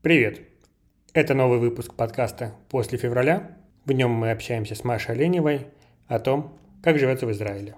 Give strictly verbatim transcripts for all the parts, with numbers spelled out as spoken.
Привет! Это новый выпуск подкаста «После февраля». В нем мы общаемся с Машей Оленевой о том, как живется в Израиле.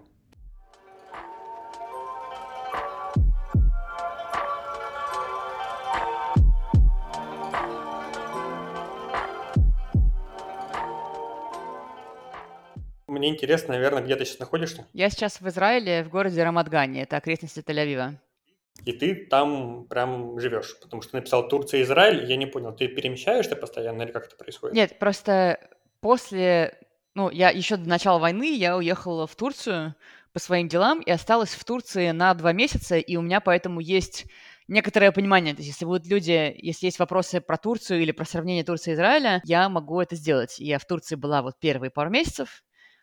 Мне интересно, наверное, где ты сейчас находишься? Я сейчас в Израиле, в городе Рамат-Гане, это окрестности Тель-Авива. И ты там прям живешь, потому что написал Турция и Израиль, я не понял, ты перемещаешься постоянно или как это происходит? Нет, просто после, ну, я еще до начала войны я уехала в Турцию по своим делам и осталась в Турции на два месяца, и у меня поэтому есть некоторое понимание. То есть если будут люди, если есть вопросы про Турцию или про сравнение Турции и Израиля, я могу это сделать. Я в Турции была вот первые пару месяцев,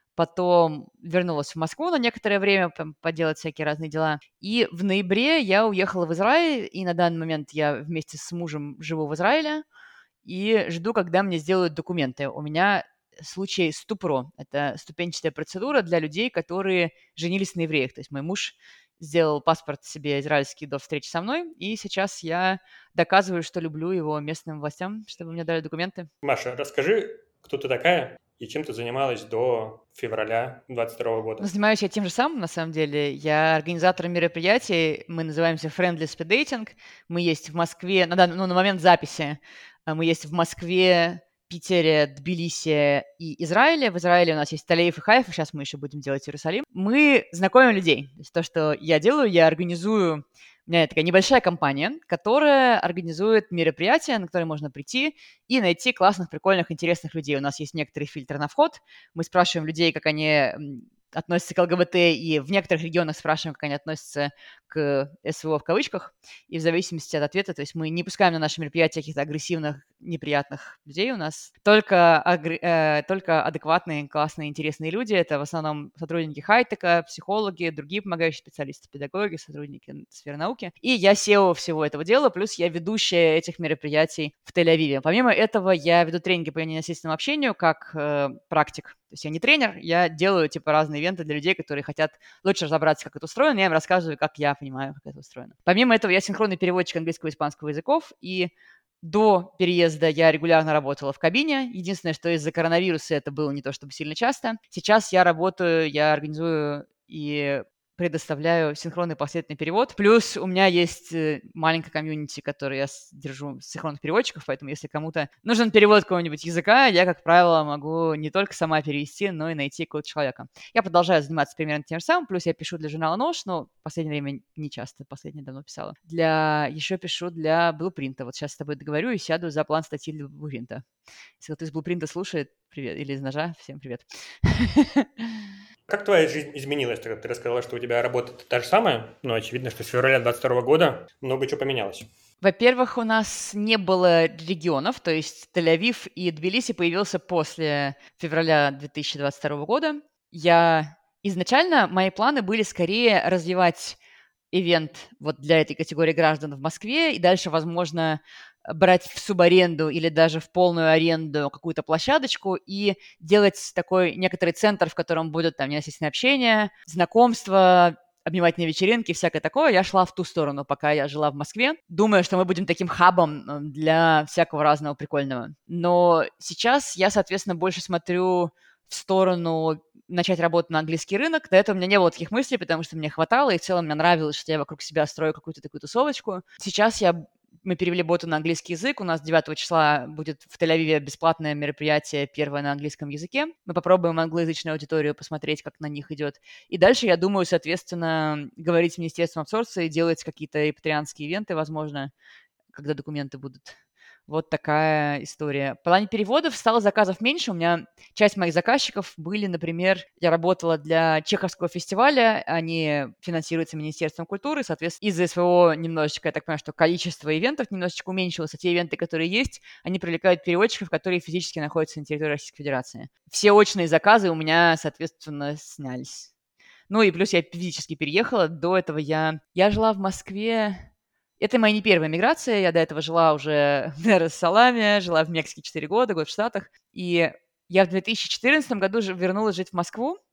потом вернулась в Москву на некоторое время, там, поделать всякие разные дела. И в ноябре я уехала в Израиль, и на данный момент я вместе с мужем живу в Израиле и жду, когда мне сделают документы. У меня случай ступро. Это ступенчатая процедура для людей, которые женились на евреях. То есть мой муж сделал паспорт себе израильский до встречи со мной, и сейчас я доказываю, что люблю его местным властям, чтобы мне дали документы. Маша, расскажи, кто ты такая и чем ты занималась до февраля двадцать второго года? Ну, занимаюсь я тем же самым, на самом деле. Я организатор мероприятий, мы называемся Friendly Speed Dating. Мы есть в Москве, на, дан- ну, на момент записи, а, мы есть в Москве, Питере, Тбилиси и Израиле. В Израиле у нас есть Таль-Авив и Хайфа, сейчас мы еще будем делать Иерусалим. Мы знакомим людей. То есть то, что я делаю, я организую, у меня такая небольшая компания, которая организует мероприятия, на которые можно прийти и найти классных, прикольных, интересных людей. У нас есть некоторый фильтр на вход. Мы спрашиваем людей, как они м, относятся к ЛГБТ, и в некоторых регионах спрашиваем, как они относятся к СВО в кавычках, и в зависимости от ответа, то есть мы не пускаем на наши мероприятия каких-то агрессивных, неприятных людей, у нас только, агр- э, только адекватные, классные, интересные люди, это в основном сотрудники хай-тека, психологи, другие помогающие специалисты, педагоги, сотрудники сферы науки, и я сео всего этого дела, плюс я ведущая этих мероприятий в Тель-Авиве. Помимо этого, я веду тренинги по ненасильственному общению как э, практик, то есть я не тренер, я делаю типа разные ивенты для людей, которые хотят лучше разобраться, как это устроено, я им рассказываю, как я понимаю, как это устроено. Помимо этого, я синхронный переводчик английского и испанского языков, и до переезда я регулярно работала в кабине. Единственное, что из-за коронавируса это было не то чтобы сильно часто. Сейчас я работаю, я организую и предоставляю синхронный последовательный перевод. Плюс у меня есть э, маленькая комьюнити, которую я с- держу синхронных переводчиков, поэтому если кому-то нужен перевод какого-нибудь языка, я, как правило, могу не только сама перевести, но и найти какого-то человека. Я продолжаю заниматься примерно тем же самым, плюс я пишу для журнала «Нож», но в последнее время не часто, последнее давно писала. Для... Еще пишу для Блупринта. Вот сейчас с тобой договорю и сяду за план статьи для Блупринта. Если кто-то из Блупринта слушает, привет, или из Ножа, всем привет. Как твоя жизнь изменилась? Ты ты рассказала, что у тебя работа та же самая, но очевидно, что с февраля двадцать второго года много чего поменялось. Во-первых, у нас не было регионов, то есть Тель-Авив и Тбилиси появился после февраля две тысячи двадцать второго года. Я изначально, мои планы были скорее развивать ивент вот для этой категории граждан в Москве и дальше, возможно, брать в субаренду или даже в полную аренду какую-то площадочку и делать такой некоторый центр, в котором будут там ненасильственное общение, знакомства, обнимательные вечеринки, всякое такое. Я шла в ту сторону, пока я жила в Москве, думая, что мы будем таким хабом э, для всякого разного прикольного. Но сейчас я, соответственно, больше смотрю в сторону начать работать на английский рынок. До этого у меня не было таких мыслей, потому что мне хватало, и в целом мне нравилось, что я вокруг себя строю какую-то такую тусовочку. Сейчас я мы перевели боту на английский язык. У нас девятого числа будет в Тель-Авиве бесплатное мероприятие, первое на английском языке. Мы попробуем англоязычную аудиторию посмотреть, как на них идет. И дальше, я думаю, соответственно, говорить с Министерством абсорбции, делать какие-то репатрианские ивенты, возможно, когда документы будут. Вот такая история. В плане переводов стало заказов меньше. У меня часть моих заказчиков были, например, я работала для Чеховского фестиваля, они финансируются Министерством культуры, соответственно, из-за СВО немножечко, я так понимаю, что количество ивентов немножечко уменьшилось, а те ивенты, которые есть, они привлекают переводчиков, которые физически находятся на территории Российской Федерации. Все очные заказы у меня, соответственно, снялись. Ну и плюс я физически переехала. До этого я, я жила в Москве. Это моя не первая миграция. Я до этого жила уже в Дар-эс-Саламе, жила в Мексике четыре года, год в Штатах. И я в две тысячи четырнадцатом году же вернулась жить в Москву.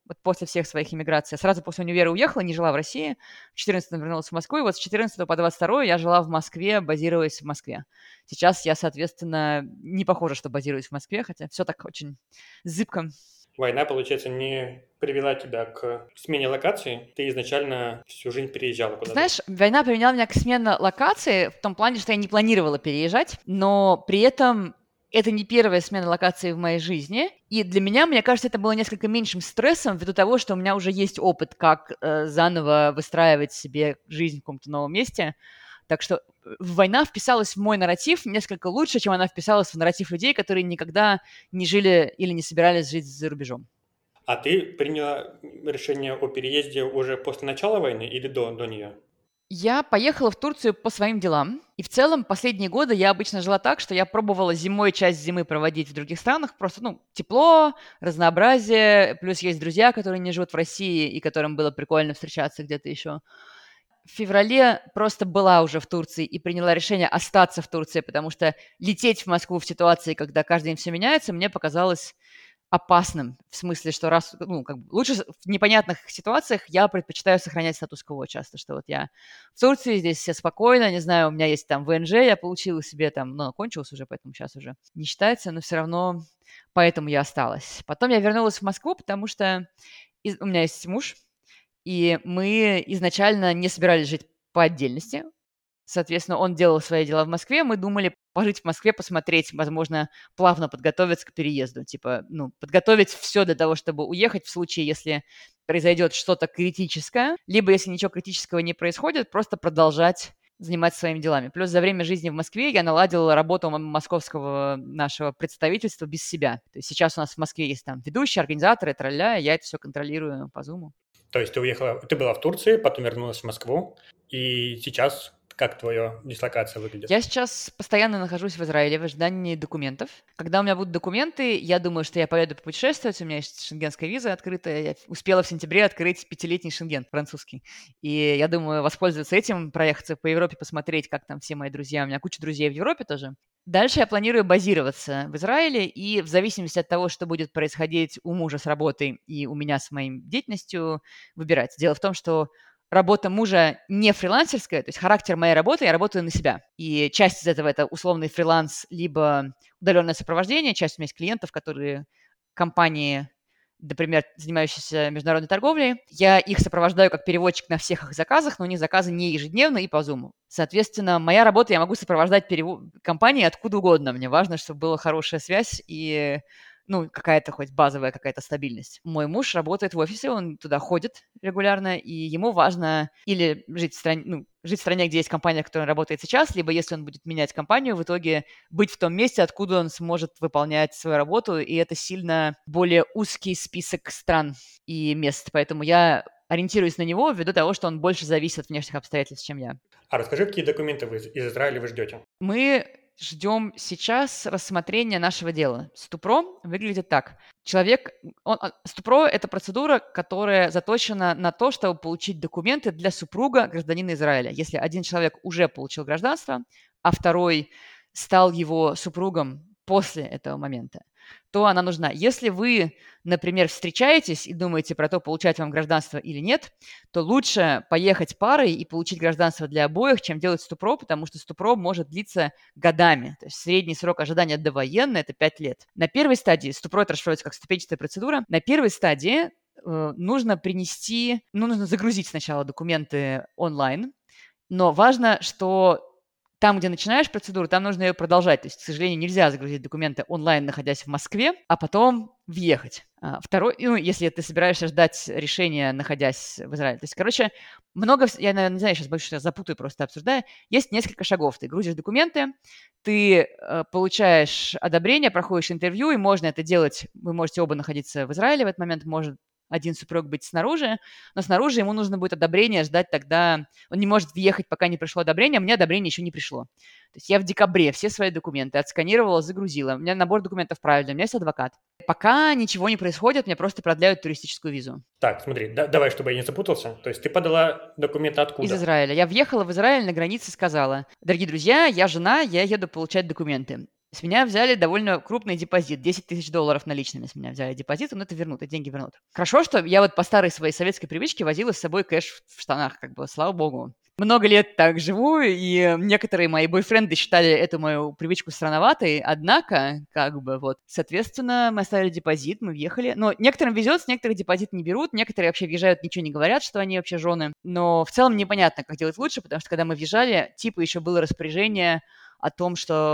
вот после всех своих иммиграций. Я сразу после универа уехала, не жила в России. В четырнадцатом вернулась в Москву, и вот с четырнадцатого по двадцать второй я жила в Москве, базируясь в Москве. Сейчас я, соответственно, не похожа, что базируюсь в Москве, хотя все так очень зыбко. Война, получается, не привела тебя к смене локации? Ты изначально всю жизнь переезжала куда-то? Знаешь, война привела меня к смене локации в том плане, что я не планировала переезжать, но при этом это не первая смена локации в моей жизни. И для меня, мне кажется, это было несколько меньшим стрессом ввиду того, что у меня уже есть опыт, как э, заново выстраивать себе жизнь в каком-то новом месте. Так что война вписалась в мой нарратив несколько лучше, чем она вписалась в нарратив людей, которые никогда не жили или не собирались жить за рубежом. А ты приняла решение о переезде уже после начала войны или до, до нее? Я поехала в Турцию по своим делам. И в целом последние годы я обычно жила так, что я пробовала зимой часть зимы проводить в других странах. Просто, ну, тепло, разнообразие. Плюс есть друзья, которые не живут в России и которым было прикольно встречаться где-то еще. В феврале просто была уже в Турции и приняла решение остаться в Турции, потому что лететь в Москву в ситуации, когда каждый день все меняется, мне показалось опасным. В смысле, что раз, ну, как бы лучше в непонятных ситуациях я предпочитаю сохранять статус-кво часто, что вот я в Турции, здесь все спокойно, не знаю, у меня есть там вэ эн жэ, я получила себе там, ну, кончилось уже, поэтому сейчас уже не считается, но все равно поэтому я осталась. Потом я вернулась в Москву, потому что из- у меня есть муж, и мы изначально не собирались жить по отдельности. Соответственно, он делал свои дела в Москве. Мы думали пожить в Москве, посмотреть, возможно, плавно подготовиться к переезду. Типа, ну, подготовить все для того, чтобы уехать в случае, если произойдет что-то критическое. Либо, если ничего критического не происходит, просто продолжать заниматься своими делами. Плюс за время жизни в Москве я наладила работу м- московского нашего представительства без себя. То есть сейчас у нас в Москве есть там ведущие, организаторы, тролля, я это все контролирую по Zoom. То есть ты уехала, ты была в Турции, потом вернулась в Москву, и сейчас как твоя дислокация выглядит? Я сейчас постоянно нахожусь в Израиле в ожидании документов. Когда у меня будут документы, я думаю, что я поеду попутешествовать. У меня есть шенгенская виза открытая. Я успела в сентябре открыть пятилетний шенген французский. И я думаю воспользоваться этим, проехаться по Европе, посмотреть, как там все мои друзья. У меня куча друзей в Европе тоже. Дальше я планирую базироваться в Израиле, и в зависимости от того, что будет происходить у мужа с работой и у меня с моей деятельностью, выбирать. Дело в том, что работа мужа не фрилансерская, то есть характер моей работы, я работаю на себя. И часть из этого – это условный фриланс, либо удаленное сопровождение. Часть у меня есть клиентов, которые компании, например, занимающиеся международной торговлей. Я их сопровождаю как переводчик на всех их заказах, но у них заказы не ежедневно и по Zoom. Соответственно, моя работа, я могу сопровождать перево... компании откуда угодно. Мне важно, чтобы была хорошая связь и ну, какая-то хоть базовая какая-то стабильность. Мой муж работает в офисе, он туда ходит регулярно, и ему важно или жить в стране, ну, жить в стране, где есть компания, в которой он работает сейчас, либо если он будет менять компанию, в итоге быть в том месте, откуда он сможет выполнять свою работу, и это сильно более узкий список стран и мест. Поэтому я ориентируюсь на него ввиду того, что он больше зависит от внешних обстоятельств, чем я. А расскажи, какие документы вы из из Израиля вы ждете? Мы ждем сейчас рассмотрения нашего дела. Ступро выглядит так. Человек, он, а, Ступро – это процедура, которая заточена на то, чтобы получить документы для супруга гражданина Израиля. Если один человек уже получил гражданство, а второй стал его супругом после этого момента, то она нужна. Если вы, например, встречаетесь и думаете про то, получать вам гражданство или нет, то лучше поехать парой и получить гражданство для обоих, чем делать ступро, потому что ступро может длиться годами. То есть средний срок ожидания довоенный – это пять лет. На первой стадии, ступро это расшифровывается как ступенчатая процедура, на первой стадии э, нужно принести, ну, нужно загрузить сначала документы онлайн, но важно, что там, где начинаешь процедуру, там нужно ее продолжать. То есть, к сожалению, нельзя загрузить документы онлайн, находясь в Москве, а потом въехать. А, Второй, ну, если ты собираешься ждать решения, находясь в Израиле. То есть, короче, много, вс- я, наверное, не знаю, сейчас боюсь, что я запутаю, просто обсуждая. Есть несколько шагов. Ты грузишь документы, ты э, получаешь одобрение, проходишь интервью, и можно это делать. Вы можете оба находиться в Израиле в этот момент, может один супруг быть снаружи, но снаружи ему нужно будет одобрение ждать тогда. Он не может въехать, пока не пришло одобрение, а мне одобрение еще не пришло. То есть я в декабре все свои документы отсканировала, загрузила. У меня набор документов правильный, у меня есть адвокат. Пока ничего не происходит, мне просто продляют туристическую визу. Так, смотри, да- давай, чтобы я не запутался. То есть ты подала документы Из откуда? Израиля. Я въехала в Израиль на границе, сказала: дорогие друзья, я жена, я еду получать документы. С меня взяли довольно крупный депозит, десять тысяч долларов наличными с меня взяли депозит, но это вернут, и деньги вернут. Хорошо, что я вот по старой своей советской привычке возила с собой кэш в штанах, как бы, слава богу. Много лет так живу, и некоторые мои бойфренды считали эту мою привычку странноватой, однако, как бы, вот, соответственно, мы оставили депозит, мы въехали. Но некоторым везет, с некоторых депозит не берут, некоторые вообще въезжают, ничего не говорят, что они вообще жены. Но в целом непонятно, как делать лучше, потому что когда мы въезжали, типа еще было распоряжение о том,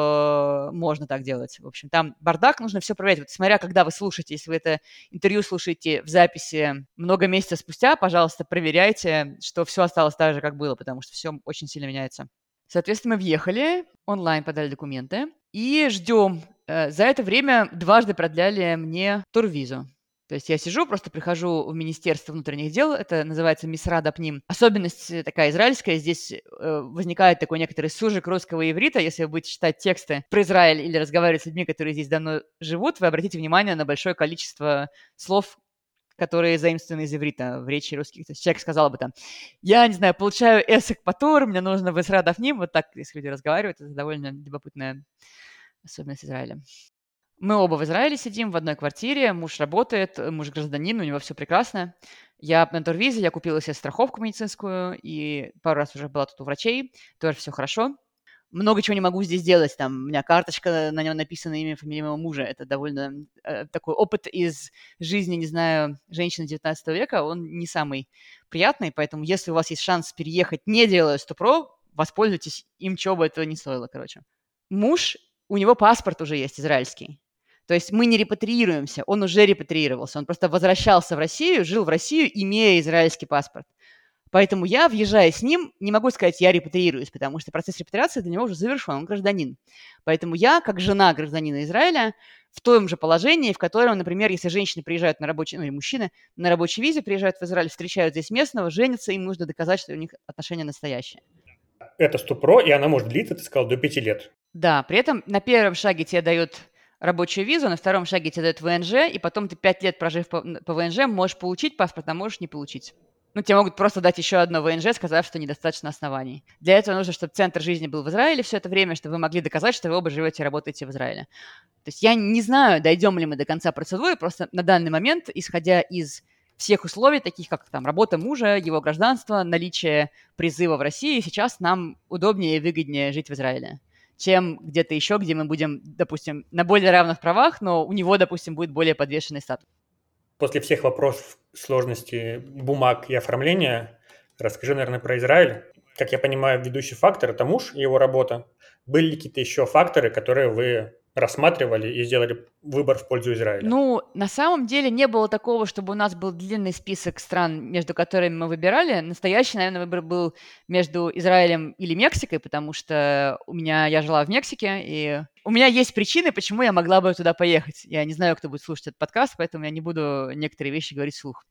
что можно так делать. В общем, там бардак, нужно все проверять. Вот смотря, когда вы слушаете, если вы это интервью слушаете в записи много месяцев спустя, пожалуйста, проверяйте, что все осталось так же, как было, потому что все очень сильно меняется. Соответственно, мы въехали, онлайн подали документы и ждем. Э, За это время дважды продляли мне турвизу. То есть я сижу, просто прихожу в Министерство внутренних дел, это называется Мисрад Апним. Особенность э, такая израильская, здесь э, возникает такой некоторый сужик русского иврита. Если вы будете читать тексты про Израиль или разговаривать с людьми, которые здесь давно живут, вы обратите внимание на большое количество слов, которые заимствованы из иврита в речи русских. То есть человек сказал бы там, я, не знаю, получаю эсэк патур, мне нужно в Мисрад Апним. Вот так, если люди разговаривают, это довольно любопытная особенность Израиля. Мы оба в Израиле сидим в одной квартире, муж работает, муж гражданин, у него все прекрасно. Я на турвизе, я купила себе страховку медицинскую, и пару раз уже была тут у врачей, тоже все хорошо. Много чего не могу здесь делать, там, у меня карточка, на нем написано имя, фамилия моего мужа, это довольно э, такой опыт из жизни, не знаю, женщины девятнадцатого века, он не самый приятный, поэтому если у вас есть шанс переехать, не делая стопро, воспользуйтесь им, чего бы это ни стоило, короче. Муж, у него паспорт уже есть израильский. То есть мы не репатриируемся, он уже репатриировался, он просто возвращался в Россию, жил в Россию, имея израильский паспорт. Поэтому я, въезжая с ним, не могу сказать, я репатриируюсь, потому что процесс репатриации для него уже завершен, он гражданин. Поэтому я, как жена гражданина Израиля, в том же положении, в котором, например, если женщины приезжают на рабочий, ну или мужчины на рабочей визе, приезжают в Израиль, встречают здесь местного, женятся, им нужно доказать, что у них отношения настоящие. Это ступро, и она может длиться, ты сказал, до пяти лет. Да, при этом на первом шаге тебе дают рабочую визу, на втором шаге тебе дают ВНЖ, и потом ты пять лет, прожив по, по ВНЖ, можешь получить паспорт, а можешь не получить. Ну, тебе могут просто дать еще одно ВНЖ, сказав, что недостаточно оснований. Для этого нужно, чтобы центр жизни был в Израиле все это время, чтобы вы могли доказать, что вы оба живете и работаете в Израиле. То есть я не знаю, дойдем ли мы до конца процедуры, просто на данный момент, исходя из всех условий, таких как там работа мужа, его гражданство, наличие призыва в России, сейчас нам удобнее и выгоднее жить в Израиле, чем где-то еще, где мы будем, допустим, на более равных правах, но у него, допустим, будет более подвешенный статус. После всех вопросов сложности бумаг и оформления, расскажи, наверное, про Израиль. Как я понимаю, ведущий фактор – это муж и его работа. Были ли какие-то еще факторы, которые вы рассматривали и сделали выбор в пользу Израиля? Ну, на самом деле не было такого, чтобы у нас был длинный список стран, между которыми мы выбирали. Настоящий, наверное, выбор был между Израилем или Мексикой, потому что у меня, я жила в Мексике, и у меня есть причины, почему я могла бы туда поехать. Я не знаю, кто будет слушать этот подкаст, поэтому я не буду некоторые вещи говорить вслух.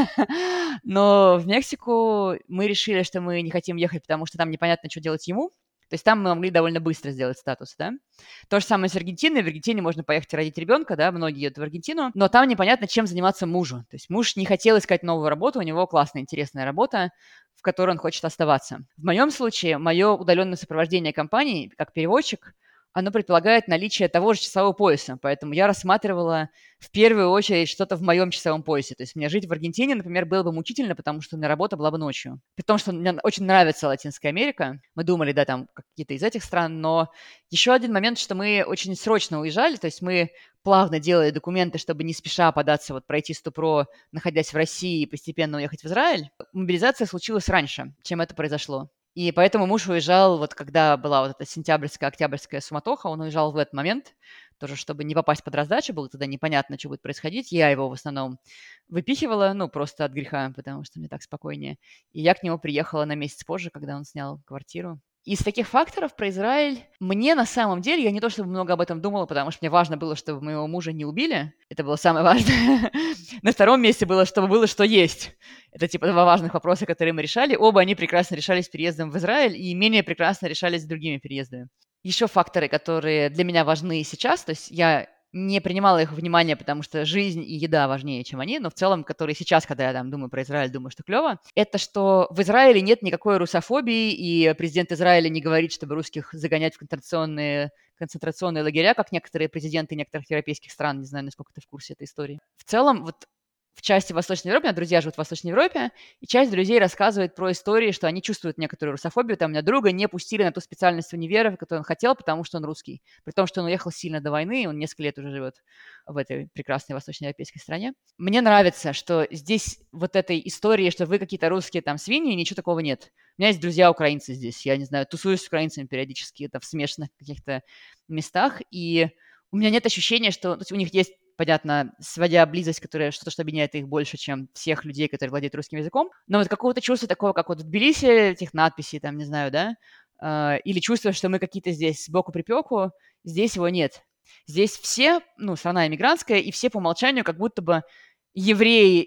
Но в Мексику мы решили, что мы не хотим ехать, потому что там непонятно, что делать ему. То есть там мы могли довольно быстро сделать статус, да. То же самое с Аргентиной. В Аргентине можно поехать родить ребенка, да, многие едут в Аргентину, но там непонятно, чем заниматься мужу. То есть муж не хотел искать новую работу, у него классная, интересная работа, в которой он хочет оставаться. В моем случае, мое удаленное сопровождение компании, как переводчик, оно предполагает наличие того же часового пояса, поэтому я рассматривала в первую очередь что-то в моем часовом поясе. То есть мне жить в Аргентине, например, было бы мучительно, потому что у меня работа была бы ночью. При том, что мне очень нравится Латинская Америка. Мы думали, да, там какие-то из этих стран, но еще один момент, что мы очень срочно уезжали, то есть мы плавно делали документы, чтобы не спеша податься, вот пройти ступро, находясь в России и постепенно уехать в Израиль. Мобилизация случилась раньше, чем это произошло. И поэтому муж уезжал, вот когда была вот эта сентябрьская, октябрьская суматоха, он уезжал в этот момент, тоже чтобы не попасть под раздачу, было тогда непонятно, что будет происходить. Я его в основном выпихивала, ну, просто от греха, потому что мне так спокойнее. И я к нему приехала на месяц позже, когда он снял квартиру. Из таких факторов про Израиль мне на самом деле, я не то чтобы много об этом думала, потому что мне важно было, чтобы моего мужа не убили. Это было самое важное. На втором месте было, чтобы было что есть. Это типа два важных вопроса, которые мы решали. Оба они прекрасно решались переездом в Израиль и менее прекрасно решались с другими переездами. Еще факторы, которые для меня важны сейчас, то есть я не принимала их во внимание, потому что жизнь и еда важнее, чем они, но в целом, которые сейчас, когда я там думаю про Израиль, думаю, что клево, это что в Израиле нет никакой русофобии, и президент Израиля не говорит, чтобы русских загонять в концентрационные, концентрационные лагеря, как некоторые президенты некоторых европейских стран, не знаю, насколько ты в курсе этой истории. В целом, вот в части Восточной Европы, у меня друзья живут в Восточной Европе, и часть друзей рассказывает про истории, что они чувствуют некоторую русофобию. Там у меня друга не пустили на ту специальность в универе, которую он хотел, потому что он русский. При том, что он уехал сильно до войны, и он несколько лет уже живет в этой прекрасной восточноевропейской стране. Мне нравится, что здесь вот этой истории, что вы какие-то русские там свиньи, ничего такого нет. У меня есть друзья украинцы здесь, я не знаю, тусуюсь с украинцами периодически, это в смешанных каких-то местах, и у меня нет ощущения, что то есть у них есть, понятно, своя близость, которая что-то, что объединяет их больше, чем всех людей, которые владеют русским языком. Но вот какого-то чувства такого, как вот в Тбилиси, этих надписей, там, не знаю, да, э, или чувство, что мы какие-то здесь сбоку припеку, здесь его нет. Здесь все, ну, страна иммигрантская, и все по умолчанию как будто бы евреи,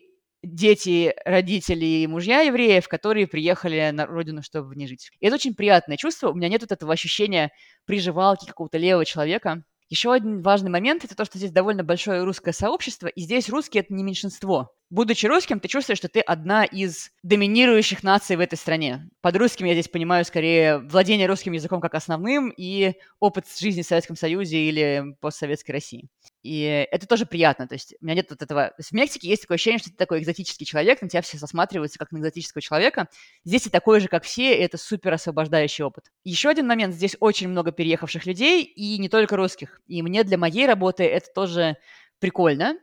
дети, родители и мужья евреев, которые приехали на родину, чтобы в ней жить. И это очень приятное чувство. У меня нет вот этого ощущения приживалки какого-то левого человека. Еще один важный момент – это то, что здесь довольно большое русское сообщество, и здесь русские – это не меньшинство. Будучи русским, ты чувствуешь, что ты одна из доминирующих наций в этой стране. Под русским я здесь понимаю скорее владение русским языком как основным и опыт жизни в Советском Союзе или постсоветской России. И это тоже приятно. То есть у меня нет вот этого... То есть в Мексике есть такое ощущение, что ты такой экзотический человек, на тебя все засматриваются как на экзотического человека. Здесь ты такой же, как все, и это супер освобождающий опыт. Еще один момент. Здесь очень много переехавших людей, и не только русских. И мне для моей работы это тоже прикольно,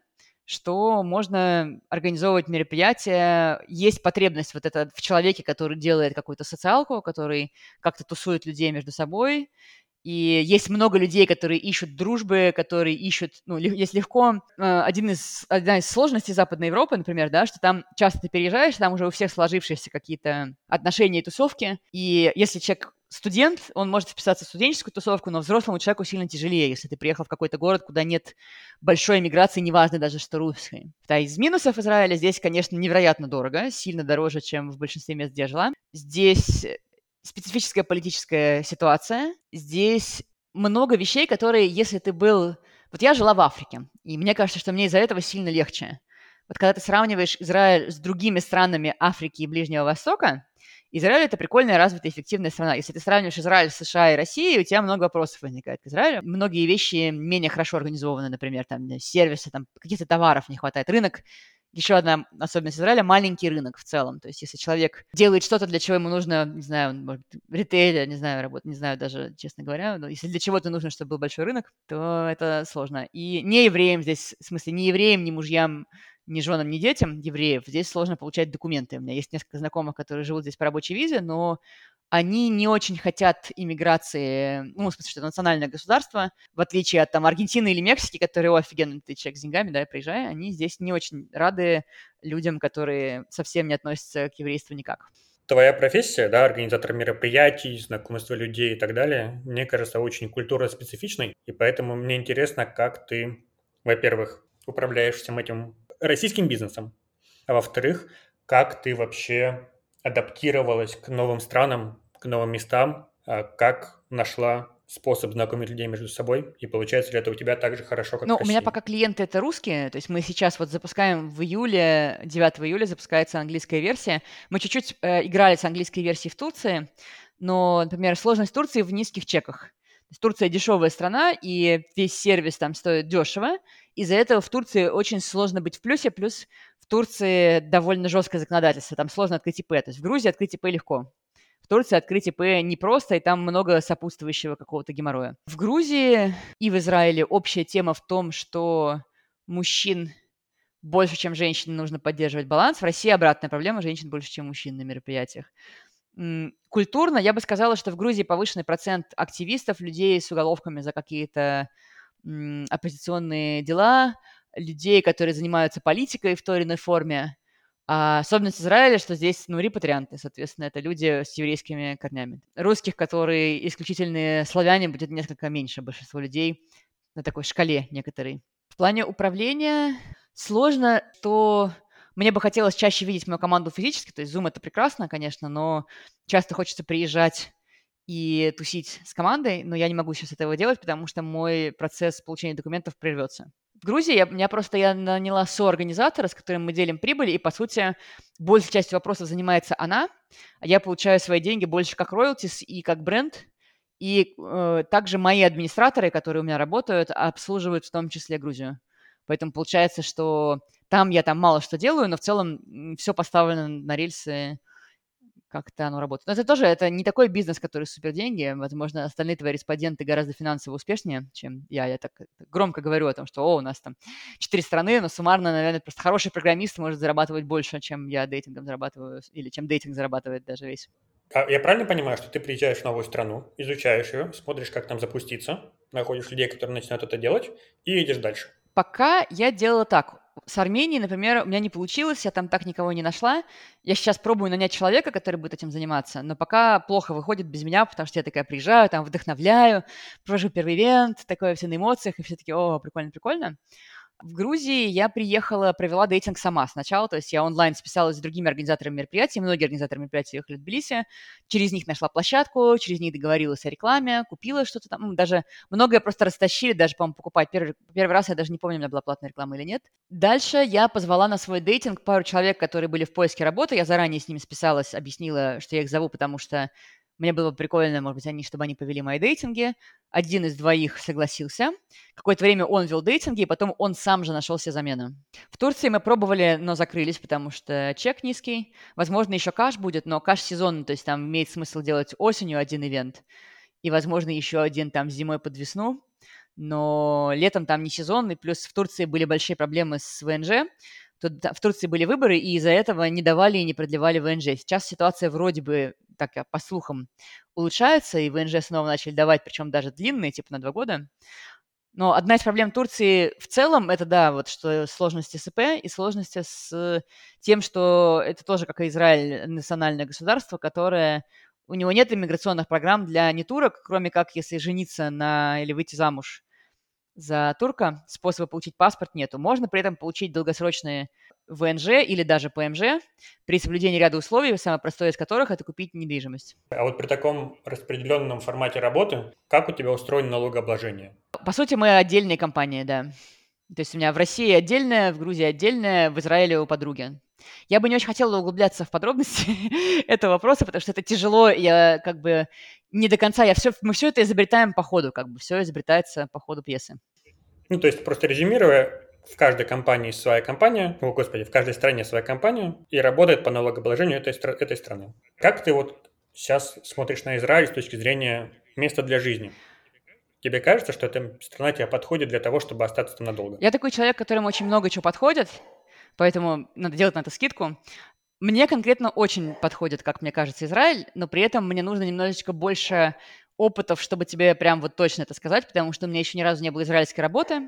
что можно организовывать мероприятия. Есть потребность вот это в человеке, который делает какую-то социалку, который как-то тусует людей между собой. И есть много людей, которые ищут дружбы, которые ищут, ну, есть легко. Один из, одна из сложностей Западной Европы, например, да, что там часто ты переезжаешь, там уже у всех сложившиеся какие-то отношения и тусовки. И если человек студент, он может вписаться в студенческую тусовку, но взрослому человеку сильно тяжелее, если ты приехал в какой-то город, куда нет большой миграции, неважно даже, что русской. Да, из минусов Израиля здесь, конечно, невероятно дорого, сильно дороже, чем в большинстве мест, где я жила. Здесь специфическая политическая ситуация. Здесь много вещей, которые, если ты был... Вот я жила в Африке, и мне кажется, что мне из-за этого сильно легче. Вот когда ты сравниваешь Израиль с другими странами Африки и Ближнего Востока, Израиль – это прикольная, развитая, эффективная страна. Если ты сравниваешь Израиль с США и Россией, у тебя много вопросов возникает к Израилю. Многие вещи менее хорошо организованы, например, там сервисы, там каких-то товаров не хватает. Рынок. Еще одна особенность Израиля – маленький рынок в целом. То есть если человек делает что-то, для чего ему нужно, не знаю, может, ритейлер, не знаю, работать, не знаю даже, честно говоря, но если для чего-то нужно, чтобы был большой рынок, то это сложно. И не евреям здесь, в смысле, не евреям, не мужьям, ни женам, ни детям евреев здесь сложно получать документы. У меня есть несколько знакомых, которые живут здесь по рабочей визе, но они не очень хотят иммиграции, ну, в смысле, что это национальное государство, в отличие от там Аргентины или Мексики, которые, о, офигенно, ты человек с деньгами, да, приезжай, они здесь не очень рады людям, которые совсем не относятся к еврейству никак. Твоя профессия, да, организатор мероприятий, знакомство людей и так далее, мне кажется, очень культурно-специфичной, и поэтому мне интересно, как ты, во-первых, управляешь всем этим российским бизнесом, а во-вторых, как ты вообще адаптировалась к новым странам, к новым местам, как нашла способ знакомить людей между собой, и получается ли это у тебя так же хорошо, как Ну, в у России? меня пока клиенты это русские, то есть мы сейчас вот запускаем в июле, девятого июля запускается английская версия. Мы чуть-чуть э, играли с английской версией в Турции, но, например, сложность Турции в низких чеках. То есть Турция дешевая страна, и весь сервис там стоит дешево. Из-за этого в Турции очень сложно быть в плюсе, плюс в Турции довольно жесткое законодательство, там сложно открыть ИП. То есть в Грузии открыть ИП легко. В Турции открыть ИП непросто, и там много сопутствующего какого-то геморроя. В Грузии и в Израиле общая тема в том, что мужчин больше, чем женщин, нужно поддерживать баланс. В России обратная проблема, женщин больше, чем мужчин на мероприятиях. Культурно я бы сказала, что в Грузии повышенный процент активистов, людей с уголовками за какие-то м, оппозиционные дела, людей, которые занимаются политикой в той или иной форме. А особенность Израиля, что здесь, ну, репатрианты, соответственно, это люди с еврейскими корнями. Русских, которые исключительные славяне, будет несколько меньше, большинство людей на такой шкале некоторые. В плане управления сложно, то мне бы хотелось чаще видеть мою команду физически, то есть Zoom это прекрасно, конечно, но часто хочется приезжать и тусить с командой, но я не могу сейчас этого делать, потому что мой процесс получения документов прервется. В Грузии я, меня просто я наняла соорганизатора, с которым мы делим прибыль, и, по сути, большей частью вопросов занимается она, а я получаю свои деньги больше как роялтис и как бренд, и э, также мои администраторы, которые у меня работают, обслуживают в том числе Грузию. Поэтому получается, что там я там мало что делаю, но в целом все поставлено на рельсы, как-то оно работает. Но это тоже, это не такой бизнес, который супер деньги. Возможно, остальные твои респонденты гораздо финансово успешнее, чем я. Я так громко говорю о том, что, о, у нас там четыре страны, но суммарно, наверное, просто хороший программист может зарабатывать больше, чем я дейтингом зарабатываю, или чем дейтинг зарабатывает даже весь. А я правильно понимаю, что ты приезжаешь в новую страну, изучаешь ее, смотришь, как там запуститься, находишь людей, которые начинают это делать, и едешь дальше? Пока я делала так. С Арменией, например, у меня не получилось, я там так никого не нашла. Я сейчас пробую нанять человека, который будет этим заниматься, но пока плохо выходит без меня, потому что я такая приезжаю, там вдохновляю, провожу первый ивент, такое все на эмоциях, и все таки о, прикольно, прикольно. В Грузии я приехала, провела дейтинг сама сначала, то есть я онлайн списалась с другими организаторами мероприятий, многие организаторы мероприятий ехали в Тбилиси, через них нашла площадку, через них договорилась о рекламе, купила что-то там, ну, даже многое просто растащили, даже, по-моему, покупать. Первый, первый раз я даже не помню, у меня была платная реклама или нет. Дальше я позвала на свой дейтинг пару человек, которые были в поиске работы, я заранее с ними списалась, объяснила, что я их зову, потому что мне было прикольно, может быть, они, чтобы они повели мои дейтинги. Один из двоих согласился. Какое-то время он вел дейтинги, и потом он сам же нашел себе замену. В Турции мы пробовали, но закрылись, потому что чек низкий. Возможно, еще каш будет, но каш сезонный, то есть там имеет смысл делать осенью один ивент, и, возможно, еще один там зимой под весну. Но летом там не сезонный, плюс в Турции были большие проблемы с ВНЖ. Тут, в Турции были выборы, и из-за этого не давали и не продлевали ВНЖ. Сейчас ситуация вроде бы, так по слухам, улучшается, и ВНЖ снова начали давать, причем даже длинные, типа на два года. Но одна из проблем Турции в целом это, да, вот что сложности с ИП и сложности с тем, что это тоже, как и Израиль, национальное государство, которое у него нет иммиграционных программ для нетурок, кроме как если жениться на или выйти замуж за турка, способа получить паспорт нету. Можно при этом получить долгосрочные ВНЖ или даже ПМЖ при соблюдении ряда условий, самое простое из которых – это купить недвижимость. А вот при таком распределенном формате работы, как у тебя устроено налогообложение? По сути, мы отдельная компания, да. То есть у меня в России отдельная, в Грузии отдельная, в Израиле у подруги. Я бы не очень хотела углубляться в подробности этого вопроса, потому что это тяжело, я как бы не до конца, я все, мы все это изобретаем по ходу, как бы все изобретается по ходу пьесы. Ну, то есть, просто резюмируя, в каждой компании своя компания, о, господи, в каждой стране своя компания, и работает по налогообложению этой, стра- этой страны. Как ты вот сейчас смотришь на Израиль с точки зрения места для жизни? Тебе кажется, что эта страна тебе подходит для того, чтобы остаться там надолго? Я такой человек, которому очень много чего подходит, поэтому надо делать на это скидку. Мне конкретно очень подходит, как мне кажется, Израиль, но при этом мне нужно немножечко больше опытов, чтобы тебе прям вот точно это сказать, потому что у меня еще ни разу не было израильской работы.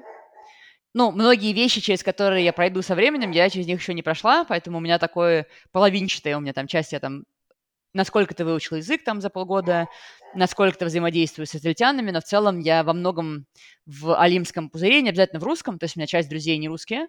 Ну, многие вещи, через которые я пройду со временем, я через них еще не прошла, поэтому у меня такое половинчатое, у меня там часть, я там, насколько ты выучил язык там за полгода, насколько ты взаимодействуешь с израильтянами, но в целом я во многом в алимском пузыре, не обязательно в русском, то есть у меня часть друзей не русские,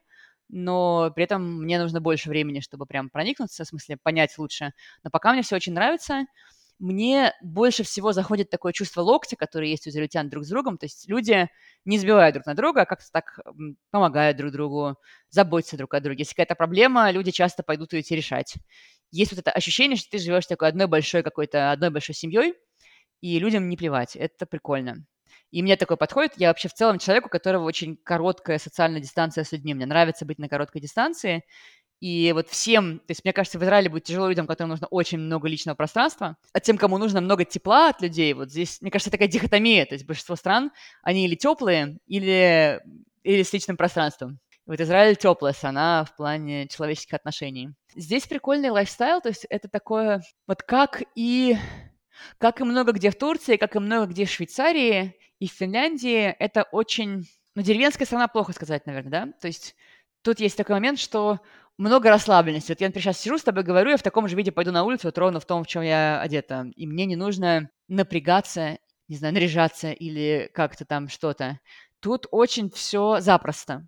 но при этом мне нужно больше времени, чтобы прям проникнуться, в смысле понять лучше. Но пока мне все очень нравится. Мне больше всего заходит такое чувство локтя, которое есть у израильтян друг с другом. То есть люди не сбивают друг на друга, а как-то так м, помогают друг другу, заботятся друг о друге. Если какая-то проблема, люди часто пойдут ее идти решать. Есть вот это ощущение, что ты живешь такой одной большой какой-то, одной большой семьей, и людям не плевать. Это прикольно. И мне такой подходит. Я вообще в целом человек, у которого очень короткая социальная дистанция с людьми. Мне нравится быть на короткой дистанции. И вот всем, то есть мне кажется, в Израиле будет тяжело людям, которым нужно очень много личного пространства, а тем, кому нужно много тепла от людей, вот здесь, мне кажется, такая дихотомия, то есть большинство стран, они или теплые, или, или с личным пространством. Вот Израиль теплая страна в плане человеческих отношений. Здесь прикольный лайфстайл, то есть это такое, вот как и, как и много где в Турции, как и много где в Швейцарии и в Финляндии, это очень, ну, деревенская страна, плохо сказать, наверное, да, то есть тут есть такой момент, что много расслабленности. Вот я, например, сейчас сижу с тобой, говорю, я в таком же виде пойду на улицу, вот ровно в том, в чем я одета. И мне не нужно напрягаться, не знаю, наряжаться или как-то там что-то. Тут очень все запросто.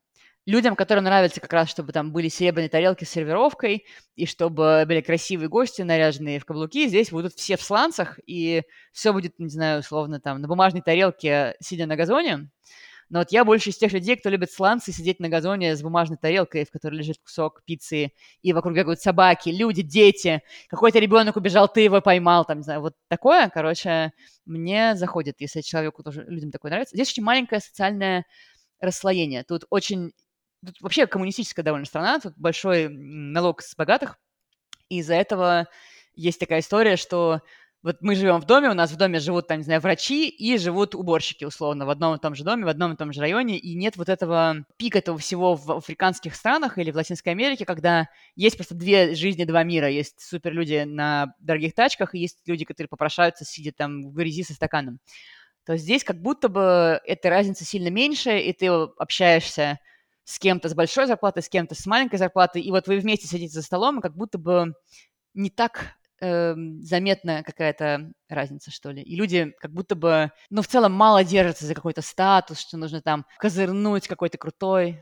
людям, которым нравится как раз, чтобы там были серебряные тарелки с сервировкой, и чтобы были красивые гости, наряженные в каблуки, здесь будут все в сланцах, и все будет, не знаю, условно, там, на бумажной тарелке, сидя на газоне. Но вот я больше из тех людей, кто любит сланцы, сидеть на газоне с бумажной тарелкой, в которой лежит кусок пиццы, и вокруг бегают собаки, люди, дети. Какой-то ребенок убежал, ты его поймал, там, не знаю, вот такое, короче, мне заходит, если человеку тоже, людям такое нравится. Здесь очень маленькое социальное расслоение. Тут очень... Тут вообще коммунистическая довольно страна, тут большой налог с богатых, и из-за этого есть такая история, что вот мы живем в доме, у нас в доме живут, там, не знаю, врачи и живут уборщики, условно, в одном и том же доме, в одном и том же районе, и нет вот этого пика этого всего в африканских странах или в Латинской Америке, когда есть просто две жизни, два мира. Есть суперлюди на дорогих тачках, и есть люди, которые попрошаются, сидя там в грязи со стаканом. То здесь как будто бы эта разница сильно меньше, и ты общаешься с кем-то с большой зарплатой, с кем-то с маленькой зарплатой, и вот вы вместе сидите за столом, и как будто бы не так э, заметна какая-то разница, что ли. И люди как будто бы, ну, в целом мало держатся за какой-то статус, что нужно там козырнуть какой-то крутой.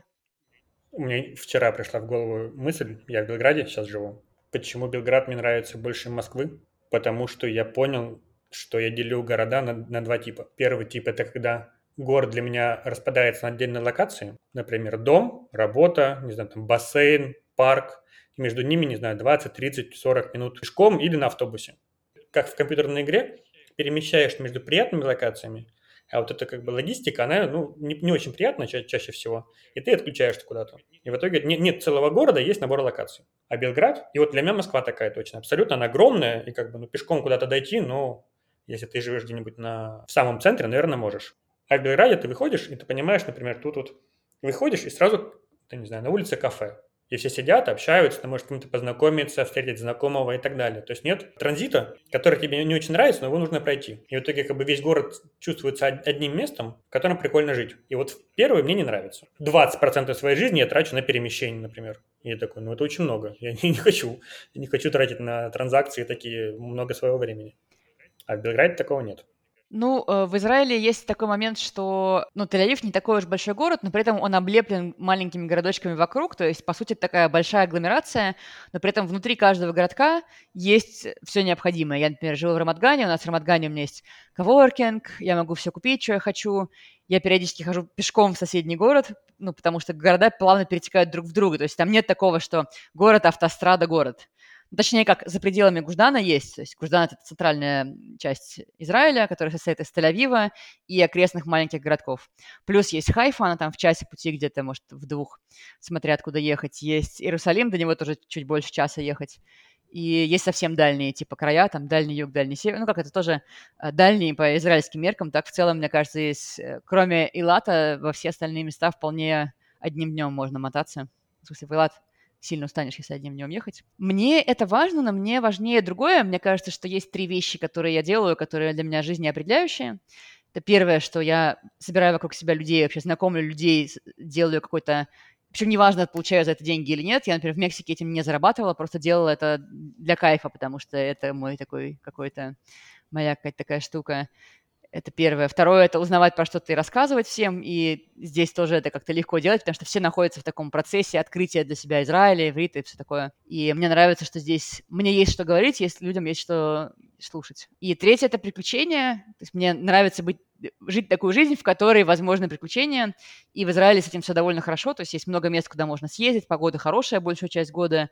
У меня вчера пришла в голову мысль, я в Белграде сейчас живу. Почему Белград мне нравится больше Москвы? Потому что я понял, что я делю города на, на два типа. Первый тип – это когда город для меня распадается на отдельные локации. Например, дом, работа, не знаю, там бассейн, парк. И между ними, не знаю, двадцать, тридцать, сорок минут пешком или на автобусе. Как в компьютерной игре, перемещаешь между приятными локациями, а вот эта как бы логистика, она ну, не, не очень приятная ча- чаще всего, и ты отключаешься куда-то. И в итоге не- нет целого города, есть набор локаций. А Белград, и вот для меня Москва такая точно, абсолютно она огромная, и как бы ну, пешком куда-то дойти, ну, если ты живешь где-нибудь на, в самом центре, наверное, можешь. А в Белграде ты выходишь, и ты понимаешь, например, тут вот выходишь, и сразу, ты не знаю, на улице кафе. И все сидят, общаются, ты можешь с кем-то познакомиться, встретить знакомого и так далее. То есть нет транзита, который тебе не очень нравится, но его нужно пройти. И в итоге как бы весь город чувствуется одним местом, в котором прикольно жить. И вот первый мне не нравится. двадцать процентов своей жизни я трачу на перемещение, например. И я такой, ну это очень много. Я не, не хочу. Я не хочу тратить на транзакции такие много своего времени. А в Белграде такого нет. Ну, э, в Израиле есть такой момент, что, ну, Тель-Авив не такой уж большой город, но при этом он облеплен маленькими городочками вокруг, то есть, по сути, такая большая агломерация, но при этом внутри каждого городка есть все необходимое. Я, например, живу в Рамат-Гане, у нас в Рамат-Гане у меня есть коворкинг, я могу все купить, что я хочу, я периодически хожу пешком в соседний город, ну, потому что города плавно перетекают друг в друга, то есть там нет такого, что город, автострада, город. Точнее, как за пределами Гуждана есть. То есть Гуждан – это центральная часть Израиля, которая состоит из Тель-Авива и окрестных маленьких городков. Плюс есть Хайфа, она там в часе пути где-то, может, в двух, смотря откуда ехать. Есть Иерусалим, до него тоже чуть больше часа ехать. И есть совсем дальние типа края, там дальний юг, дальний север. Ну, как это тоже э, дальние по израильским меркам. Так в целом, мне кажется, есть, э, кроме Илата, во все остальные места вполне одним днем можно мотаться. В смысле, в Илат сильно устанешь, если одним днем ехать. Мне это важно, но мне важнее другое. Мне кажется, что есть три вещи, которые я делаю, которые для меня жизнеопределяющие. Это первое, что я собираю вокруг себя людей, вообще знакомлю людей, делаю какой-то... Причем неважно, получаю за это деньги или нет. Я, например, в Мексике этим не зарабатывала, просто делала это для кайфа, потому что это мой такой какой-то... Моя какая-то такая штука. Это первое. Второе – это узнавать про что-то и рассказывать всем. И здесь тоже это как-то легко делать, потому что все находятся в таком процессе открытия для себя Израиля, иврита и все такое. И мне нравится, что здесь мне есть что говорить, есть людям есть что слушать. И третье – это приключения. То есть мне нравится быть, жить такую жизнь, в которой возможны приключения. И в Израиле с этим все довольно хорошо. То есть есть много мест, куда можно съездить. Погода хорошая большую часть года.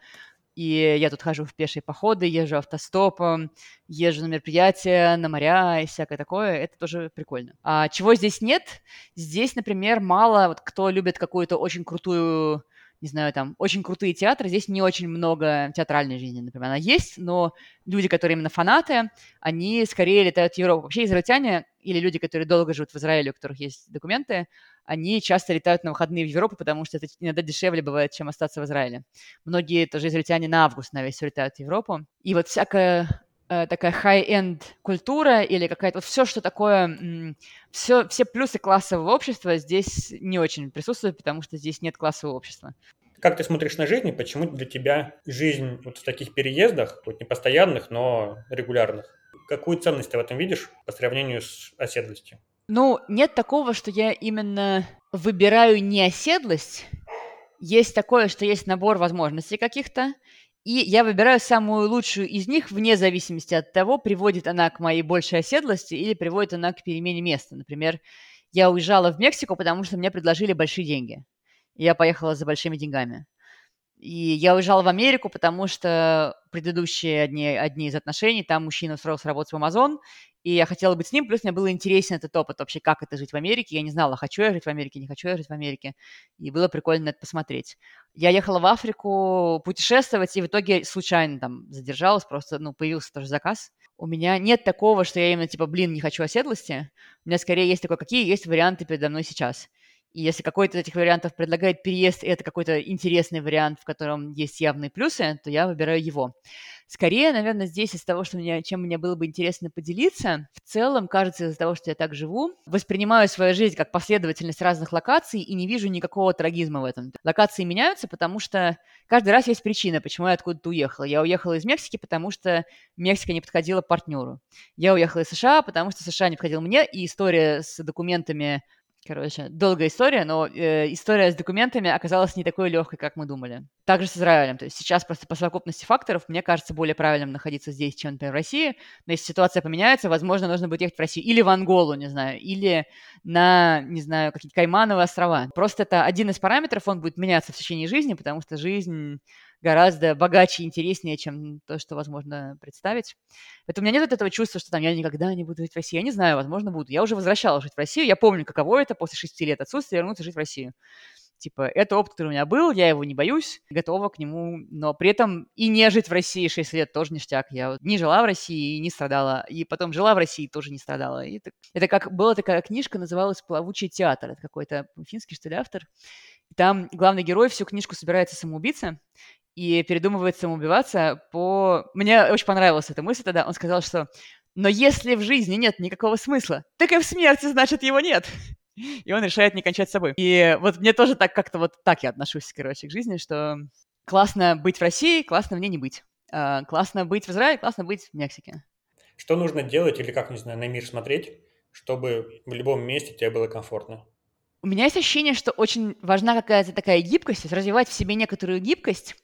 И я тут хожу в пешие походы, езжу автостопом, езжу на мероприятия, на моря и всякое такое. Это тоже прикольно. А чего здесь нет? Здесь, например, мало вот кто любит какую-то очень крутую, не знаю, там, очень крутые театры. Здесь не очень много театральной жизни, например. Она есть, но люди, которые именно фанаты, они скорее летают в Европу. Вообще израильтяне или люди, которые долго живут в Израиле, у которых есть документы, они часто летают на выходные в Европу, потому что это иногда дешевле бывает, чем остаться в Израиле. Многие тоже израильтяне на август на весь летают в Европу. И вот всякая э, такая high-end культура или какая-то вот все, что такое, м, все, все плюсы классового общества здесь не очень присутствуют, потому что здесь нет классового общества. Как ты смотришь на жизнь и почему для тебя жизнь вот в таких переездах, вот не постоянных, но регулярных, какую ценность ты в этом видишь по сравнению с оседлостью? Ну, нет такого, что я именно выбираю не оседлость, есть такое, что есть набор возможностей каких-то, и я выбираю самую лучшую из них вне зависимости от того, приводит она к моей большей оседлости или приводит она к перемене места. Например, я уезжала в Мексику, потому что мне предложили большие деньги. И я поехала за большими деньгами. И я уезжала в Америку, потому что предыдущие одни, одни из отношений, там мужчина устроился работать в Amazon, и я хотела быть с ним, плюс мне было интересен этот опыт вообще, как это жить в Америке. Я не знала, хочу я жить в Америке, не хочу я жить в Америке. И было прикольно это посмотреть. Я ехала в Африку путешествовать, и в итоге случайно там задержалась, просто, ну, появился тоже заказ. У меня нет такого, что я именно типа, блин, не хочу оседлости. У меня скорее есть такое, какие есть варианты передо мной сейчас. И если какой-то из этих вариантов предлагает переезд, и это какой-то интересный вариант, в котором есть явные плюсы, то я выбираю его. Скорее, наверное, здесь из того, что мне, чем мне было бы интересно поделиться, в целом, кажется, из-за того, что я так живу, воспринимаю свою жизнь как последовательность разных локаций и не вижу никакого трагизма в этом. Локации меняются, потому что каждый раз есть причина, почему я откуда-то уехала. Я уехала из Мексики, потому что Мексика не подходила партнеру. Я уехала из США, потому что США не подходила мне, и история с документами. Короче, долгая история, но э, история с документами оказалась не такой легкой, как мы думали. Также с Израилем. То есть сейчас просто по совокупности факторов мне кажется более правильным находиться здесь, чем, например, в России. Но если ситуация поменяется, возможно, нужно будет ехать в Россию или в Анголу, не знаю, или на, не знаю, какие-то Каймановые острова. Просто это один из параметров, он будет меняться в течение жизни, потому что жизнь гораздо богаче и интереснее, чем то, что возможно представить. Поэтому у меня нет вот этого чувства, что там я никогда не буду жить в России. Я не знаю, возможно, буду. Я уже возвращалась жить в Россию. Я помню, каково это после шести лет отсутствия вернуться жить в Россию. Типа, это опыт, который у меня был, я его не боюсь, готова к нему, но при этом и не жить в России шесть лет тоже ништяк. Я вот не жила в России и не страдала, и потом жила в России и тоже не страдала. И это, это как была такая книжка, называлась «Плавучий театр». Это какой-то финский, что ли, автор. И там главный герой всю книжку собирается самоубийца, и передумывает самоубиваться по... Мне очень понравилась эта мысль тогда. Он сказал, что «но если в жизни нет никакого смысла, так и в смерти, значит, его нет». И он решает не кончать с собой. И вот мне тоже так как-то вот так я отношусь, короче, к жизни, что классно быть в России, классно в ней не быть. А, классно быть в Израиле, классно быть в Мексике. Что нужно делать или как, не знаю, на мир смотреть, чтобы в любом месте тебе было комфортно? У меня есть ощущение, что очень важна какая-то такая гибкость, то есть развивать в себе некоторую гибкость.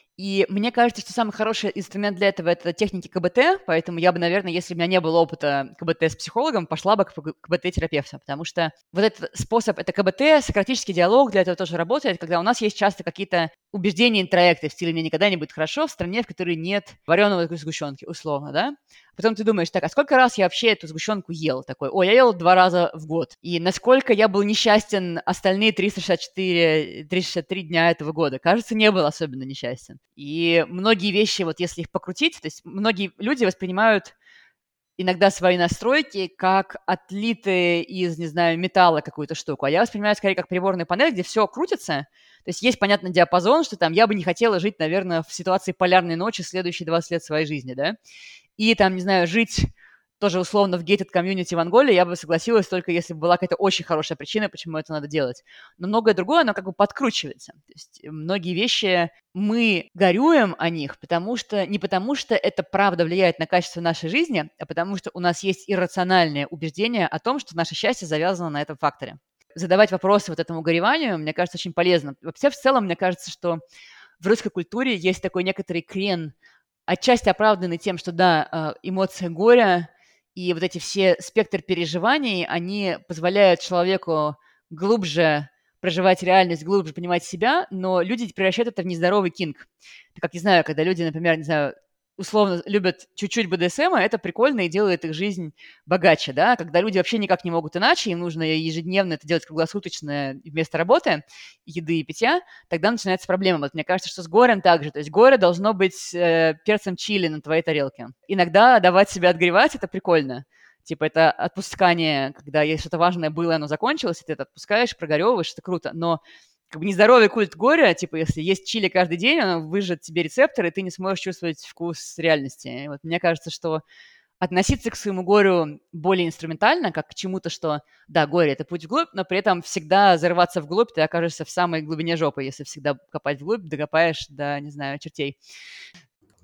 И мне кажется, что самый хороший инструмент для этого – это техники ка бэ тэ, поэтому я бы, наверное, если бы у меня не было опыта ка бэ тэ с психологом, пошла бы к ка бэ тэ-терапевту, потому что вот этот способ – это ка бэ тэ, сократический диалог для этого тоже работает, когда у нас есть часто какие-то убеждения, интроекты в стиле «мне никогда не будет хорошо» в стране, в которой нет вареного сгущенки, условно, да? Потом ты думаешь, так, а сколько раз я вообще эту сгущенку ел? Такой, ой, я ел два раза в год. И насколько я был несчастен остальные триста шестьдесят четыре, триста шестьдесят три дня этого года? Кажется, не был особенно несчастен. И многие вещи, вот если их покрутить, то есть многие люди воспринимают иногда свои настройки как отлитые из, не знаю, металла какую-то штуку, а я воспринимаю скорее как приборную панель, где все крутится. То есть есть, понятно, диапазон, что там я бы не хотела жить, наверное, в ситуации полярной ночи следующие двадцать лет своей жизни, да? И там, не знаю, жить тоже условно в gated community в Анголе я бы согласилась только если бы была какая-то очень хорошая причина, почему это надо делать. Но многое другое, оно как бы подкручивается. То есть многие вещи мы горюем о них, потому что не потому что это правда влияет на качество нашей жизни, а потому что у нас есть иррациональное убеждение о том, что наше счастье завязано на этом факторе. Задавать вопросы вот этому гореванию, мне кажется, очень полезно. Вообще, в целом, мне кажется, что в русской культуре есть такой некоторый крен, отчасти оправданный тем, что, да, эмоция горя и вот эти все спектр переживаний, они позволяют человеку глубже проживать реальность, глубже понимать себя, но люди превращают это в нездоровый кинг. Как, не знаю, когда люди, например, не знаю, условно любят чуть-чуть бэ дэ эс эм, это прикольно и делает их жизнь богаче, да, когда люди вообще никак не могут иначе, им нужно ежедневно это делать круглосуточно вместо работы, еды и питья, тогда начинается проблема. Вот мне кажется, что с горем также, то есть горе должно быть э, перцем чили на твоей тарелке. Иногда давать себя отгревать – это прикольно. Типа это отпускание, когда есть что-то важное было, оно закончилось, и ты это отпускаешь, прогоревываешь, это круто, но как бы нездоровый культ горя, типа, если есть чили каждый день, оно выжжет тебе рецепторы, и ты не сможешь чувствовать вкус реальности. И вот мне кажется, что относиться к своему горю более инструментально, как к чему-то, что, да, горе – это путь вглубь, но при этом всегда зарываться вглубь, ты окажешься в самой глубине жопы, если всегда копать вглубь, докопаешь до, не знаю, чертей.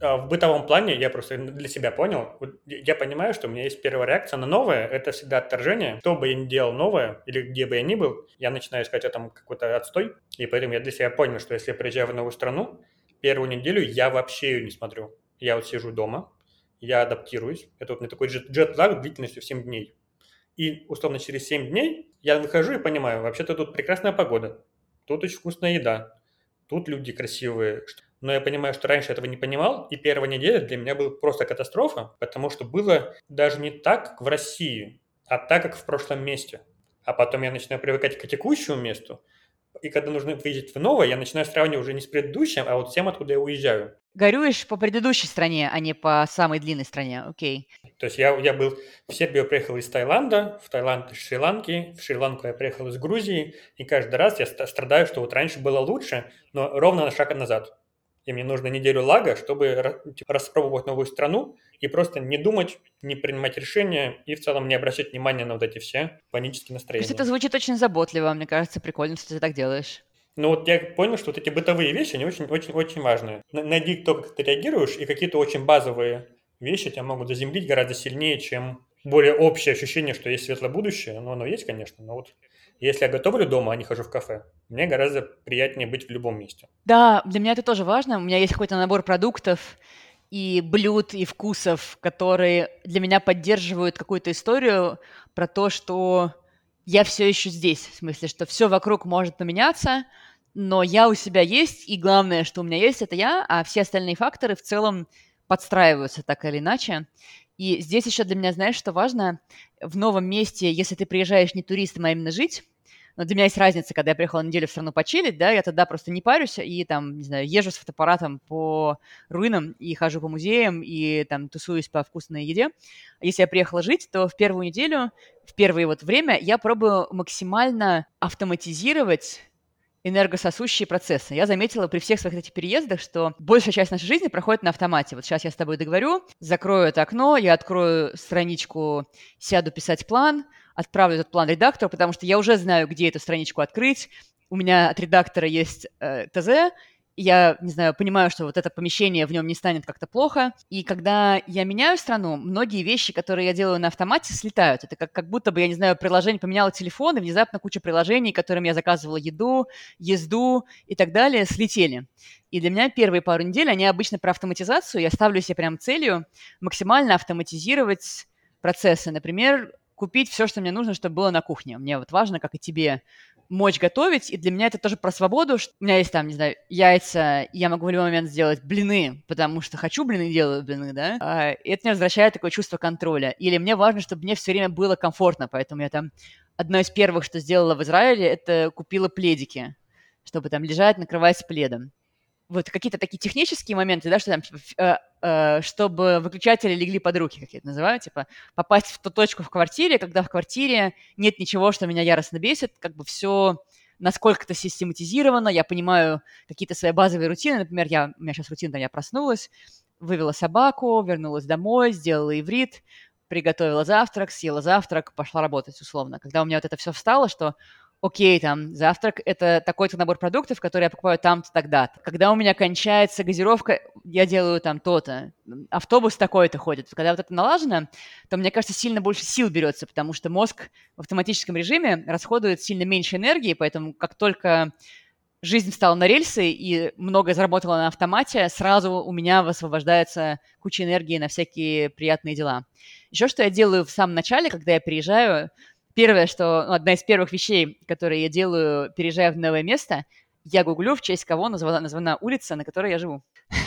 А в бытовом плане я просто для себя понял, вот я понимаю, что у меня есть первая реакция на новое, это всегда отторжение. Что бы я ни делал новое, или где бы я ни был, я начинаю искать там какой-то отстой, и поэтому я для себя понял, что если я приезжаю в новую страну, первую неделю я вообще ее не смотрю. Я вот сижу дома, я адаптируюсь, это вот у меня такой джет- джет-лаг длительностью в семь дней. И, условно, через семь дней я выхожу и понимаю, вообще-то тут прекрасная погода, тут очень вкусная еда, тут люди красивые. Но я понимаю, что раньше этого не понимал, и первая неделя для меня была просто катастрофа, потому что было даже не так, как в России, а так, как в прошлом месте. А потом я начинаю привыкать к текущему месту, и когда нужно выезжать в новое, я начинаю сравнивать уже не с предыдущим, а вот с тем, откуда я уезжаю. Горюешь по предыдущей стране, а не по самой длинной стране, окей. То есть я, я был в Сербию, приехал из Таиланда, в Таиланд из Шри-Ланки, в Шри-Ланку я приехал из Грузии, и каждый раз я ст- страдаю, что вот раньше было лучше, но ровно на шаг назад. И мне нужно неделю лага, чтобы ра- типа, распробовать новую страну и просто не думать, не принимать решения и в целом не обращать внимания на вот эти все панические То есть это настроения. звучит очень заботливо, мне кажется, прикольно, что ты так делаешь. Но вот я понял, что вот эти бытовые вещи, они очень-очень-очень важные. Н- Найди то, как ты реагируешь, и какие-то очень базовые вещи тебя могут заземлить гораздо сильнее, чем более общее ощущение, что есть светлое будущее. Ну, оно есть, конечно, но вот если я готовлю дома, а не хожу в кафе, мне гораздо приятнее быть в любом месте. Да, для меня это тоже важно. У меня есть какой-то набор продуктов и блюд, и вкусов, которые для меня поддерживают какую-то историю про то, что я все еще здесь. В смысле, что все вокруг может поменяться, но я у себя есть, и главное, что у меня есть, это я, а все остальные факторы в целом подстраиваются так или иначе. И здесь еще для меня, знаешь, что важно? В новом месте, если ты приезжаешь не туристом, а именно жить, но для меня есть разница, когда я приехала на неделю в страну почилить, да, я тогда просто не парюсь и там, не знаю, езжу с фотоаппаратом по руинам и хожу по музеям и там тусуюсь по вкусной еде. Если я приехала жить, то в первую неделю, в первое вот время я пробую максимально автоматизировать энергососущие процессы. Я заметила при всех своих этих переездах, что большая часть нашей жизни проходит на автомате. Вот сейчас я с тобой договорю, закрою это окно, я открою страничку, сяду писать план, отправлю этот план редактору, потому что я уже знаю, где эту страничку открыть. У меня от редактора есть э, ТЗ, я, не знаю, понимаю, что вот это помещение, в нем не станет как-то плохо. И когда я меняю страну, многие вещи, которые я делаю на автомате, слетают. Это как, как будто бы, я не знаю, приложение поменяло телефон, и внезапно куча приложений, которыми я заказывала еду, езду и так далее, слетели. И для меня первые пару недель, они обычно про автоматизацию. Я ставлю себе прям целью максимально автоматизировать процессы. Например, купить все, что мне нужно, чтобы было на кухне. Мне вот важно, как и тебе, мочь готовить, и для меня это тоже про свободу. Что у меня есть там, не знаю, яйца, и я могу в любой момент сделать блины, потому что хочу блины, делаю блины, да, а, и это мне возвращает такое чувство контроля. Или мне важно, чтобы мне все время было комфортно, поэтому я там одно из первых, что сделала в Израиле, это купила пледики, чтобы там лежать, накрывать пледом. Вот какие-то такие технические моменты, да, что там, типа, ф- э, э, чтобы выключатели легли под руки, как я это называю, типа, попасть в ту точку в квартире, когда в квартире нет ничего, что меня яростно бесит, как бы все насколько-то систематизировано, я понимаю какие-то свои базовые рутины, например, я, у меня сейчас рутина, я проснулась, вывела собаку, вернулась домой, сделала иврит, приготовила завтрак, съела завтрак, пошла работать, условно. Когда у меня вот это все встало, что окей, там, завтрак– это такой-то набор продуктов, которые я покупаю там-то, тогда-то. Когда у меня кончается газировка, я делаю там то-то. Автобус такой-то ходит. Когда вот это налажено, то, мне кажется, сильно больше сил берется, потому что мозг в автоматическом режиме расходует сильно меньше энергии, поэтому как только жизнь встала на рельсы и многое заработало на автомате, сразу у меня высвобождается куча энергии на всякие приятные дела. Еще что я делаю в самом начале, когда я приезжаю, первое, что ну, одна из первых вещей, которые я делаю, переезжая в новое место, я гуглю, в честь кого названа, названа улица, на которой я живу.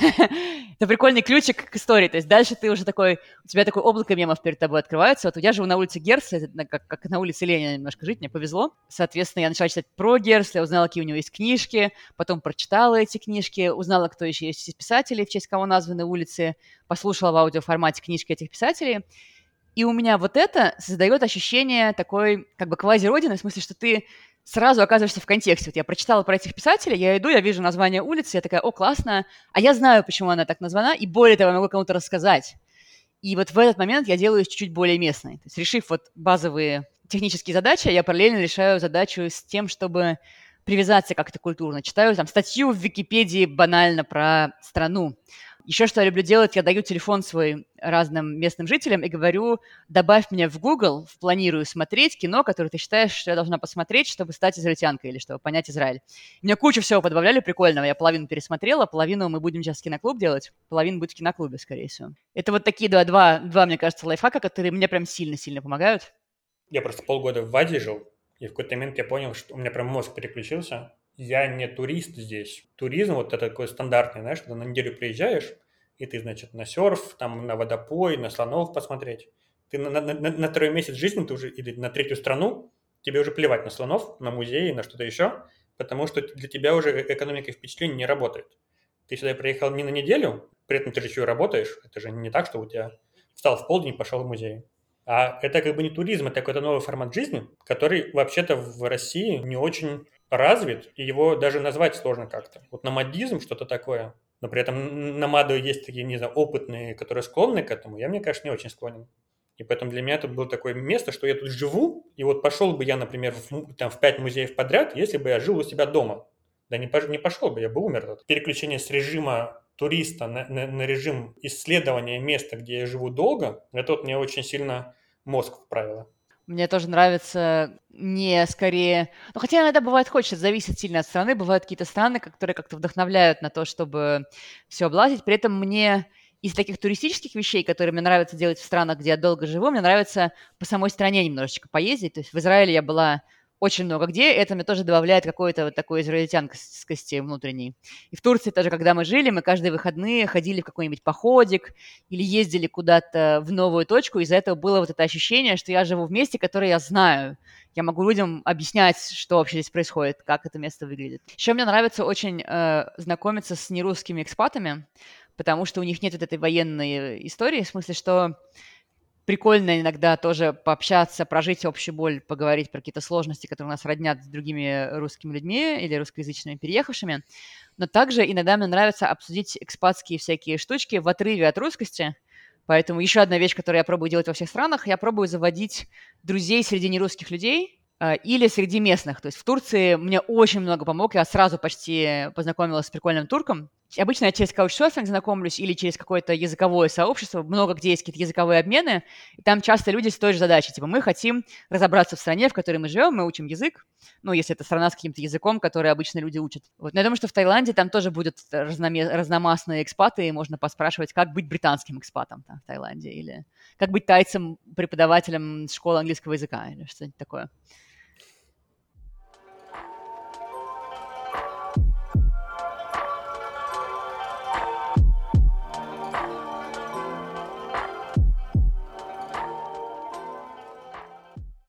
Это прикольный ключик к истории. То есть дальше ты уже такой, у тебя такое облако мемов перед тобой открывается. Вот я живу на улице Герцля, это на- как, как на улице Ленина немножко жить, мне повезло. Соответственно, я начала читать про Герцля, узнала, какие у него есть книжки, потом прочитала эти книжки, узнала, кто еще есть из писателей, в честь кого названы улицы, послушала в аудиоформате книжки этих писателей. И у меня вот это создает ощущение такой как бы квази-родины, в смысле, что ты сразу оказываешься в контексте. Вот я прочитала про этих писателей, я иду, я вижу название улицы, я такая, о, классно, а я знаю, почему она так названа, и более того, я могу кому-то рассказать. И вот в этот момент я делаю чуть-чуть более местной. То есть, решив вот базовые технические задачи, я параллельно решаю задачу с тем, чтобы привязаться как-то культурно. Читаю там статью в Википедии банально про страну. Еще что я люблю делать, я даю телефон свой разным местным жителям и говорю, добавь меня в Google, в планирую смотреть кино, которое ты считаешь, что я должна посмотреть, чтобы стать израильтянкой или чтобы понять Израиль. Мне кучу всего подбавляли прикольного, я половину пересмотрела, половину мы будем сейчас киноклуб делать, половину будет в киноклубе, скорее всего. Это вот такие два, два, два, мне кажется, лайфхака, которые мне прям сильно-сильно помогают. Я просто полгода в Азии жил, и в какой-то момент я понял, что у меня прям мозг переключился. Я не турист здесь. Туризм вот это такой стандартный, знаешь, когда на неделю приезжаешь, и ты, значит, на серф, там, на водопой, на слонов посмотреть. Ты на, на, на, на второй месяц жизни ты уже, или на третью страну, тебе уже плевать на слонов, на музеи, на что-то еще, потому что для тебя уже экономика и впечатление не работает. Ты сюда приехал не на неделю, при этом ты же еще и работаешь. Это же не так, что у тебя встал в полдень и пошел в музей. А это как бы не туризм, это какой-то новый формат жизни, который вообще-то в России не очень развит, и его даже назвать сложно как-то. Вот номадизм, что-то такое, но при этом номады есть такие, не знаю, опытные, которые склонны к этому, я, мне кажется, не очень склонен. И поэтому для меня тут было такое место, что я тут живу, и вот пошел бы я, например, в, там, в пять музеев подряд, если бы я жил у себя дома. Да не, не пошел бы, я бы умер. Переключение с режима туриста на, на, на режим исследования места, где я живу долго, это вот мне очень сильно мозг вправило. Мне тоже нравится не скорее... Ну, хотя иногда бывает хочется, зависит сильно от страны. Бывают какие-то страны, которые как-то вдохновляют на то, чтобы все облазить. При этом мне из таких туристических вещей, которые мне нравится делать в странах, где я долго живу, мне нравится по самой стране немножечко поездить. То есть в Израиле я была очень много где, это мне тоже добавляет какой-то вот такой израильтянскости внутренней. И в Турции тоже, когда мы жили, мы каждые выходные ходили в какой-нибудь походик или ездили куда-то в новую точку, из-за этого было вот это ощущение, что я живу в месте, которое я знаю. Я могу людям объяснять, что вообще здесь происходит, как это место выглядит. Еще мне нравится очень э, знакомиться с нерусскими экспатами, потому что у них нет вот этой военной истории, в смысле, что прикольно иногда тоже пообщаться, прожить общую боль, поговорить про какие-то сложности, которые нас роднят с другими русскими людьми или русскоязычными переехавшими. Но также иногда мне нравится обсудить экспатские всякие штучки в отрыве от русскости. Поэтому еще одна вещь, которую я пробую делать во всех странах, я пробую заводить друзей среди нерусских людей, или среди местных. То есть в Турции мне очень много помог. Я сразу почти познакомилась с прикольным турком. Обычно я через каучсерфинг знакомлюсь или через какое-то языковое сообщество. Много где есть какие-то языковые обмены. И там часто люди с той же задачей. Типа мы хотим разобраться в стране, в которой мы живем, мы учим язык. Ну, если это страна с каким-то языком, который обычно люди учат. Вот. Но я думаю, что в Таиланде там тоже будут разноме- разномастные экспаты, и можно поспрашивать, как быть британским экспатом там, в Таиланде, или как быть тайцем, преподавателем школы английского языка, или что-нибудь такое.